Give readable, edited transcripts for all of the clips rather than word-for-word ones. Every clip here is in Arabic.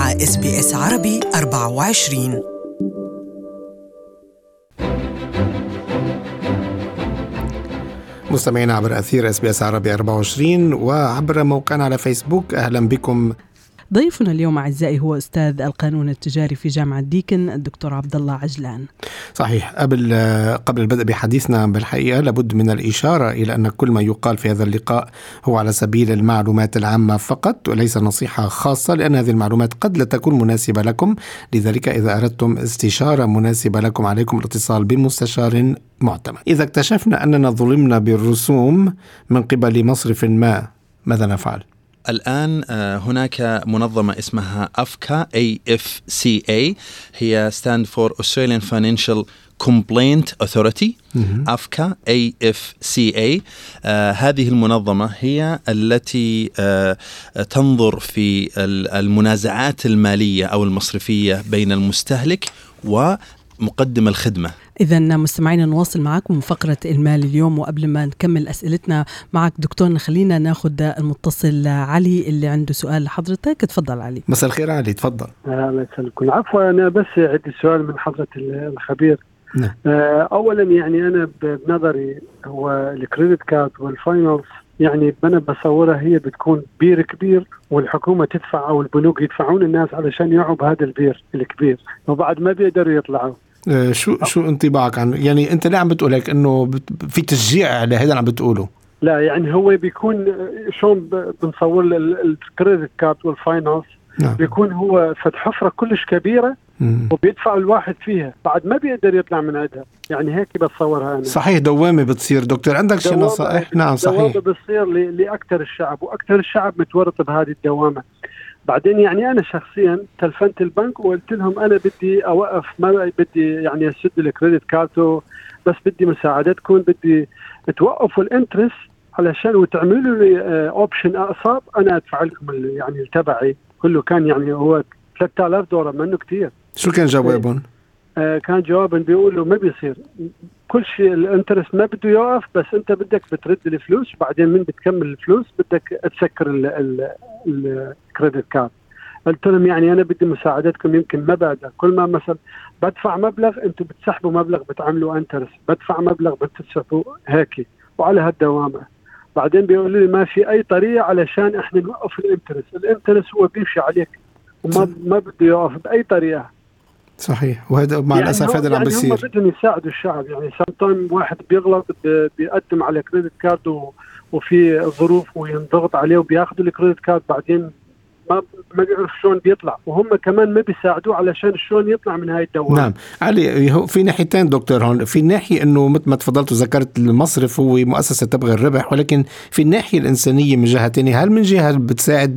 مع SBS عربي 24. مستمعين عبر أثير SBS عربي 24 وعبر موقعنا على فيسبوك. أهلا بكم. ضيفنا اليوم أعزائي هو أستاذ القانون التجاري في جامعة ديكن الدكتور عبد الله عجلان. صحيح. قبل البدء بحديثنا بالحقيقة لابد من الإشارة إلى أن كل ما يقال في هذا اللقاء هو على سبيل المعلومات العامة فقط وليس نصيحة خاصة، لأن هذه المعلومات قد لا تكون مناسبة لكم. لذلك إذا أردتم استشارة مناسبة لكم عليكم الاتصال بمستشار معتمد. إذا اكتشفنا أننا ظلمنا بالرسوم من قبل مصرف ما، ماذا نفعل؟ الآن هناك منظمة اسمها AFCA AFCA، هي stand for Australian Financial Complaint Authority. AFCA AFCA هذه المنظمة هي التي تنظر في المنازعات المالية أو المصرفية بين المستهلك ومقدم الخدمة. إذا مستمعين نواصل معكم فقرة المال اليوم، وقبل ما نكمل أسئلتنا معك دكتور خلينا ناخد المتصل علي اللي عنده سؤال لحضرتك. تفضل علي. مساء الخير علي، تفضل. الله يسلمكم. عفوا أنا بس عندي سؤال من حضرة الخبير. نعم. أولا يعني أنا بنظري هو الكريدت كارد والفاينانس، يعني أنا بصورها هي بتكون بير كبير والحكومة تدفع أو البنوك يدفعون الناس علشان يعوا بهذا البير الكبير وبعد ما بيقدروا يطلعوا. شو انطباعك عنه؟ يعني انت ليه عم بتقولك انه في تشجيع على هذا عم بتقوله؟ لا يعني هو بيكون شلون بنصور الكريدت كارد والفاينانس. نعم. بيكون هو فتح حفرة كلش كبيرة وبيدفع الواحد فيها بعد ما بيقدر يطلع من عندها، يعني هيك بتصورها أنا. صحيح، دوامة بتصير. دكتور عندك شي نصائح؟ نعم صحيح، دوامة بتصير لأكثر الشعب، وأكثر الشعب متورط بهذه الدوامة. بعدين يعني أنا شخصيا تلفنت البنك وقلت لهم أنا بدي أوقف، ما بدي يعني أسد الكريدت كارتو، بس بدي مساعدتكم، بدي توقفوا الانترست علشان وتعملوا لي اوبشن أقساط أنا أدفع لكم يعني تبعي كله. كان يعني هو $3000 منه كتير. شو كان جوابهم؟ كان جوابهم بيقولوا ما بيصير، كل شيء الانترست ما بده يوقف، بس انت بدك بترد الفلوس بعدين من بتكمل الفلوس بدك تسكر الكريدت كارد. قلت لهم يعني انا بدي مساعدتكم، يمكن ما بقدر. كل ما مثلا بدفع مبلغ انتم بتسحبوا مبلغ بتعملوا انترست، بدفع مبلغ بتسحبوا هيك وعلى هالدوامه. بعدين بيقولوا لي ما في اي طريقه علشان احنا نوقف الانترست هو بيمشي عليك وما بده يوقف باي طريقه. صحيح، وهذا مع يعني الأسف هذا اللي عم بيصير. هم بدهم يساعدوا الشعب. يعني سامتايم واحد بيغلط بيقدم على كريدت كارد وفي ظروف وينضغط عليه وبياخذوا الكريدت كارد، بعدين ما بيعرف شلون بيطلع، وهم كمان ما بيساعدوه علشان شلون يطلع من هاي الدوامة. نعم علي، في ناحيتين دكتور هون. في ناحية انه مثل ما تفضلت وذكرت المصرف هو مؤسسة تبغي الربح، ولكن في الناحية الإنسانية من جهة تانية، هل من جهة بتساعد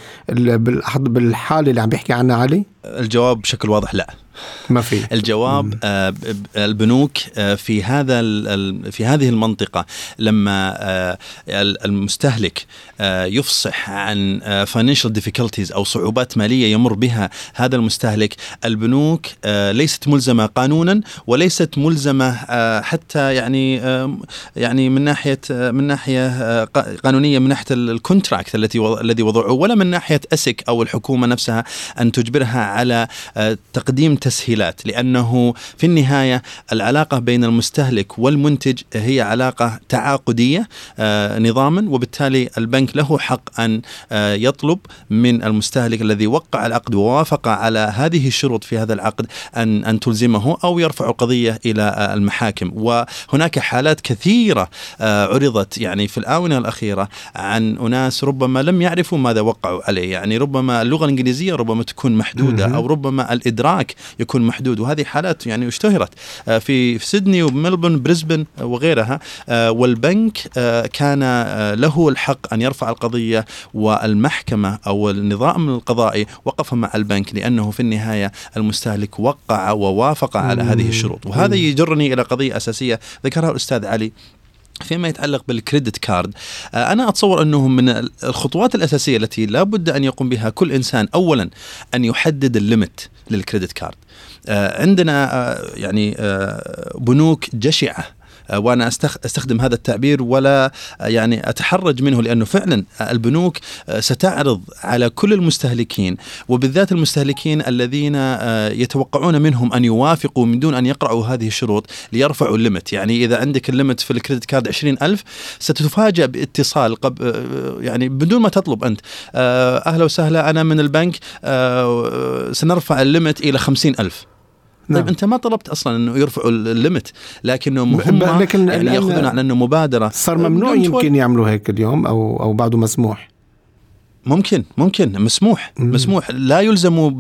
بالحالة اللي عم بيحكي عنها علي؟ الجواب بشكل واضح لا، ما في. الجواب البنوك في هذه المنطقة لما المستهلك يفصح عن financial difficulties أو صعوبات مالية يمر بها هذا المستهلك، البنوك ليست ملزمة قانونا وليست ملزمة حتى يعني من ناحية قانونية، من ناحية الكونتراكت الذي وضعوه، ولا من ناحية أسك أو الحكومة نفسها أن تجبرها على تقديم تسهيلات، لأنه في النهاية العلاقة بين المستهلك والمنتج هي علاقة تعاقدية نظاما، وبالتالي البنك له حق أن يطلب من المستهلك الذي وقع العقد ووافق على هذه الشروط في هذا العقد أن تلزمه أو يرفع قضية إلى المحاكم. وهناك حالات كثيرة عرضت يعني في الآونة الأخيرة عن أناس ربما لم يعرفوا ماذا وقعوا عليه، يعني ربما اللغة الإنجليزية ربما تكون محدودة أو ربما الإدراك يكون محدود، وهذه حالات يعني اشتهرت في سيدني وملبون بريسبن وغيرها. والبنك كان له الحق أن يرفع القضية، والمحكمة أو النظام القضائي وقف مع البنك، لأنه في النهاية المستهلك وقع ووافق على هذه الشروط. وهذا يجرني إلى قضية أساسية ذكرها الأستاذ علي فيما يتعلق بالكريدت كارد. أنا أتصور أنه من الخطوات الأساسية التي لا بد أن يقوم بها كل إنسان، أولا أن يحدد الليمت للكريدت كارد. عندنا يعني بنوك جشعة وأنا أستخدم هذا التعبير ولا يعني أتحرج منه، لأنه فعلا البنوك ستعرض على كل المستهلكين، وبالذات المستهلكين الذين يتوقعون منهم أن يوافقوا من دون أن يقرأوا هذه الشروط ليرفعوا الليمت. يعني إذا عندك الليمت في الكريدت كارد 20,000 ستتفاجأ باتصال يعني بدون ما تطلب أنت، أهلا وسهلا أنا من البنك سنرفع الليمت إلى 50,000. طيب نعم. أنت ما طلبت أصلا أنه يرفعوا الليمت، لكنهم هم يعني يأخذون على أنه مبادرة. صار ممنوع يمكن يعملوا هيك اليوم أو بعده مسموح؟ ممكن مسموح، لا يلزموا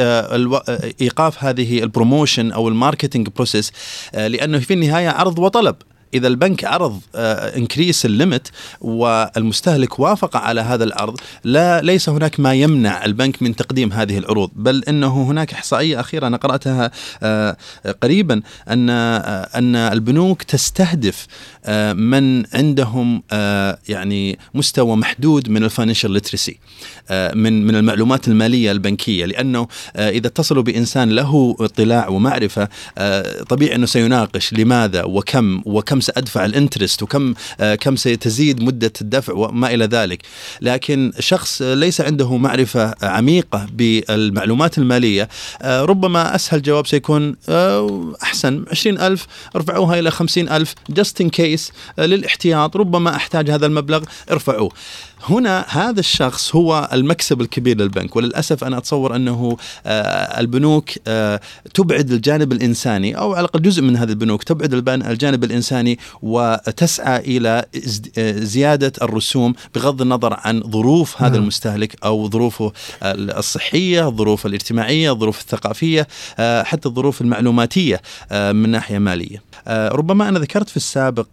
بإيقاف هذه البروموشن أو الماركتينج بروسيس، لأنه في النهاية عرض وطلب. إذا البنك عرض انكريس الليمت والمستهلك وافق على هذا العرض، ليس هناك ما يمنع البنك من تقديم هذه العروض، بل إنه هناك إحصائية أخيرة أنا قرأتها قريبا أن البنوك تستهدف من عندهم يعني مستوى محدود من الفاينانشال ليترسي، من المعلومات المالية البنكية، لأنه إذا اتصلوا بإنسان له اطلاع ومعرفة طبيعي أنه سيناقش لماذا وكم سأدفع الانترست وكم سيتزيد مدة الدفع وما إلى ذلك. لكن شخص ليس عنده معرفة عميقة بالمعلومات المالية، ربما أسهل جواب سيكون أحسن 20,000 ارفعوها إلى 50,000 just in case، للاحتياط ربما أحتاج هذا المبلغ ارفعوه. هنا هذا الشخص هو المكسب الكبير للبنك. وللأسف أنا أتصور أنه البنوك تبعد الجانب الإنساني، أو على الأقل جزء من هذه البنوك تبعد الجانب الإنساني وتسعى إلى زيادة الرسوم بغض النظر عن ظروف هذا المستهلك أو ظروفه الصحية، الظروف الاجتماعية، الظروف الثقافية، حتى الظروف المعلوماتية من ناحية مالية. ربما أنا ذكرت في السابق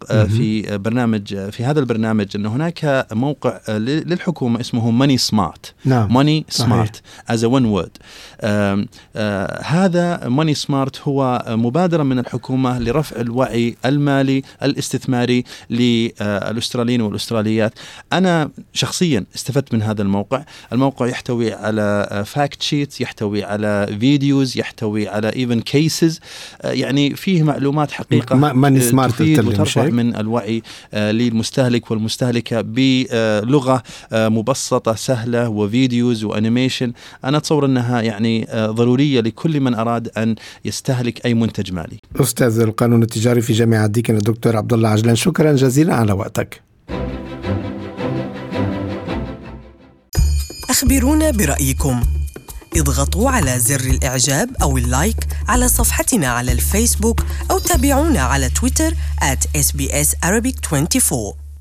في هذا البرنامج أن هناك موقع للحكومة اسمه ماني سمارت. ماني سمارت as a one word. هذا ماني سمارت هو مبادرة من الحكومة لرفع الوعي المالي الاستثماري للأستراليين والأستراليات. أنا شخصيا استفدت من هذا الموقع يحتوي على فاكت شيتس، يحتوي على فيديوز، يحتوي على even cases، يعني فيه معلومات حقيقة ماني سمارت تفيد وترفع من الوعي للمستهلك والمستهلكة بلغة مبسطة سهلة وفيديوز وأنيميشن. أنا أتصور أنها يعني ضرورية لكل من أراد أن يستهلك أي منتج مالي. أستاذ القانون التجاري في جامعة ديكن الدكتور عبد الله عجلان، شكرا جزيلا على وقتك. أخبرونا برأيكم، اضغطوا على زر الإعجاب أو اللايك على صفحتنا على الفيسبوك، أو تابعونا على تويتر @SBS Arabic 24.